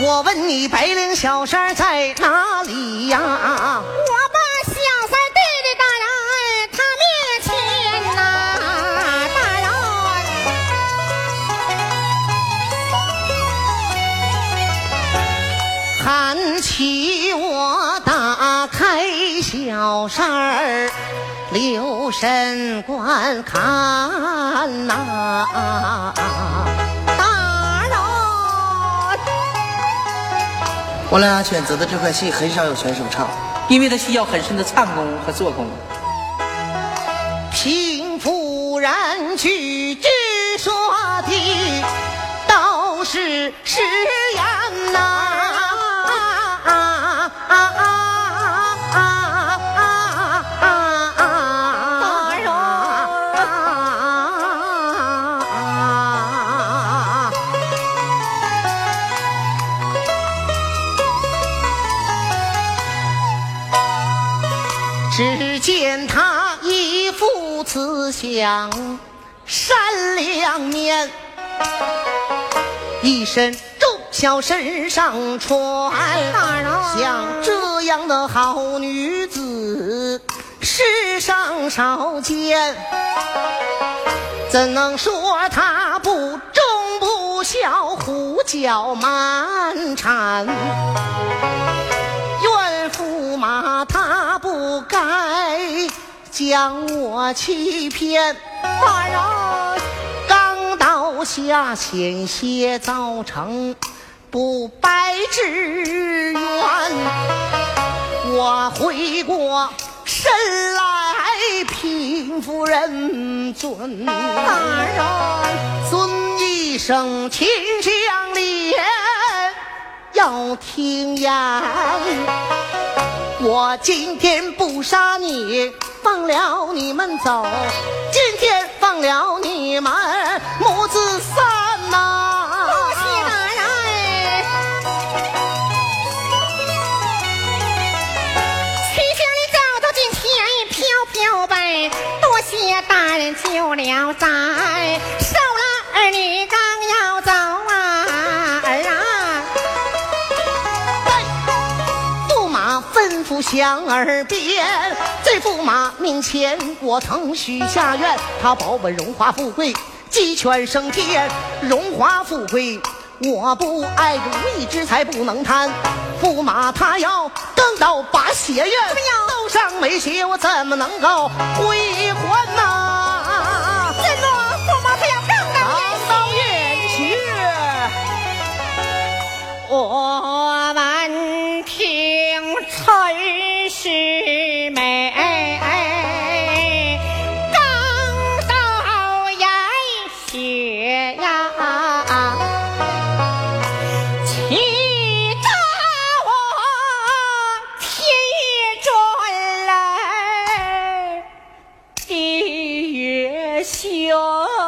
我问你白领小三在哪里呀？ 我把小三对着大人他面前呐，大人喊起我打开小三儿，留神观看呐。 我俩选择的这块戏很少有选手唱，因为它需要很深的唱功和做工。 贫妇人句之说的都是实言呐。只见他一副慈祥善良面，一身忠孝身上穿，像这样的好女子世上少见，怎能说她不忠不孝胡搅蛮缠？怨驸马他不该将我欺骗，大人刚到下险些造成不白之冤，我回过身来贫夫人尊，大人尊一声秦香莲要听言，我今天不杀你，放了你们走，今天放了你们母子三呐。 多谢大人，秦香莲找到今天飘飘白，多谢大人救了灾，收了儿女刚要走啊，儿啊。 吩咐响耳边，在驸马面前我曾许下愿，他保稳荣华富贵，鸡犬升天。荣华富贵我不爱，如意之财不能贪。驸马他要等到把血愿，头上没血我怎么能够归还呐？ 真的，驸马他要更到远去。 我们听陈世美刚到研学呀，气得我天也转来地也休。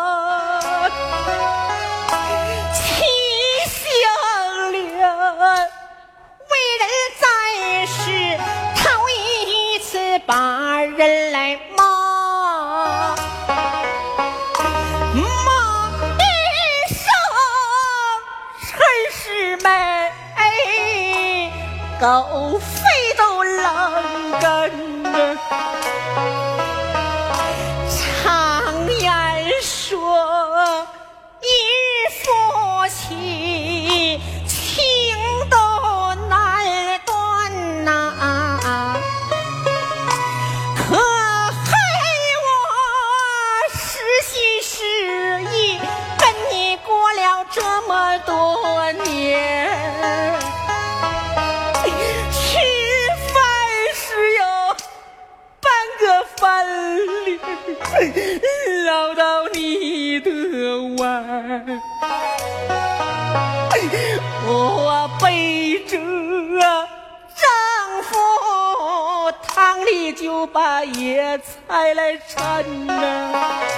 把人来骂一声陈世美，狗肺都愣根。常言说一夫妻情都难断呐，可害我实心实意跟你过了这么多年，吃饭时有半个饭粒落到你的碗，我背着丈夫汤里就把野菜来掺呐，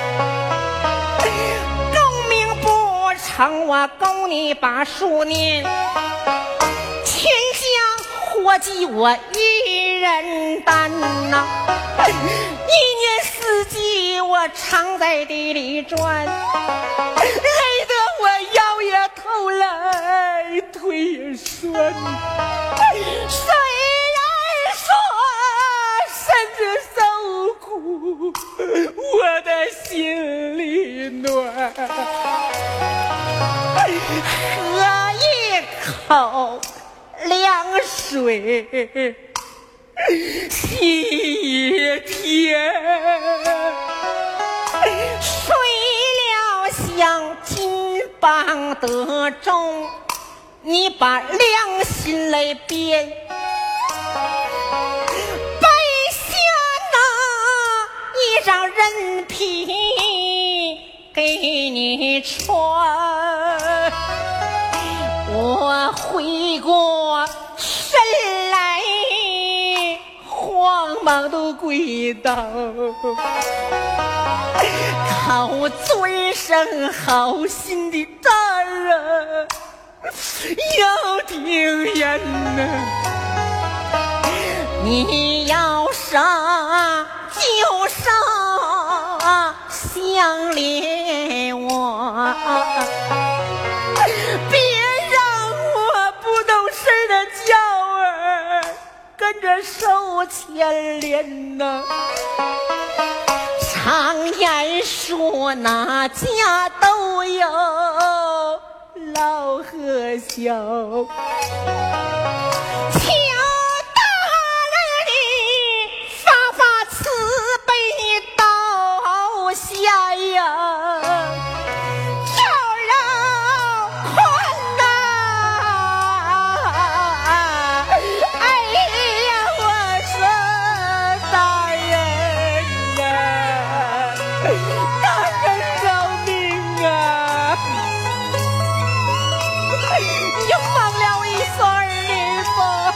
功名不成我勾你把数年，天下活计我一人担呐，一年四季我常在地里转，累得我腰也疼来腿也酸。虽然说身子受苦，我的心里暖。喝一口凉水洗一天，睡了想金榜得中，你把良心来编，背下那一张人皮给你穿。我回过神来，慌忙都跪倒，靠尊声好心的大人要听言呐，你要杀就杀，相恋我，别让我不懂事的娇儿跟着受牵连呐。常言说哪家都有老和小，求大人你发发慈悲刀下呀，招饶宽呐！哎呀，我说大人啊，大人饶命啊！你放了我一双儿女吧。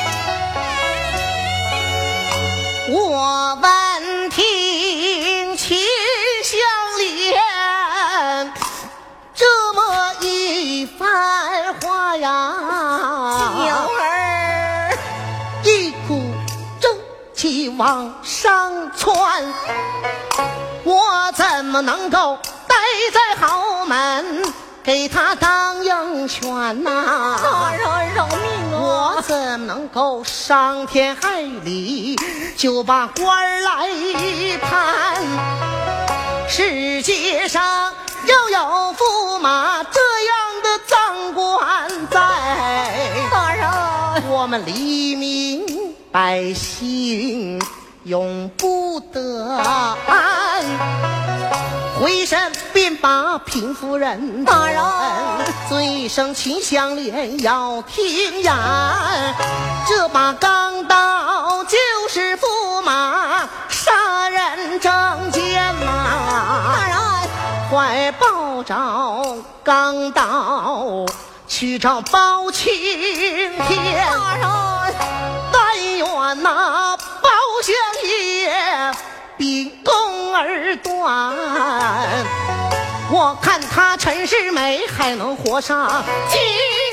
我闻听秦香莲这么一番话呀， 娇儿一股正气往上窜，我怎么能够待在豪门给他当鹰犬呐、 大人饶命啊！ 我怎么能够伤天害理就把官儿来判？世界上要有驸马这样的赃官在， 大人我们黎民百姓永不得安。回身便把贫夫人大人嘴声秦香莲要听言，这把钢刀就是驸马杀人证件呐！ 大人快报找钢刀去找包青天， 大人但愿那包相爷秉公而断，我看他陈世美还能活上今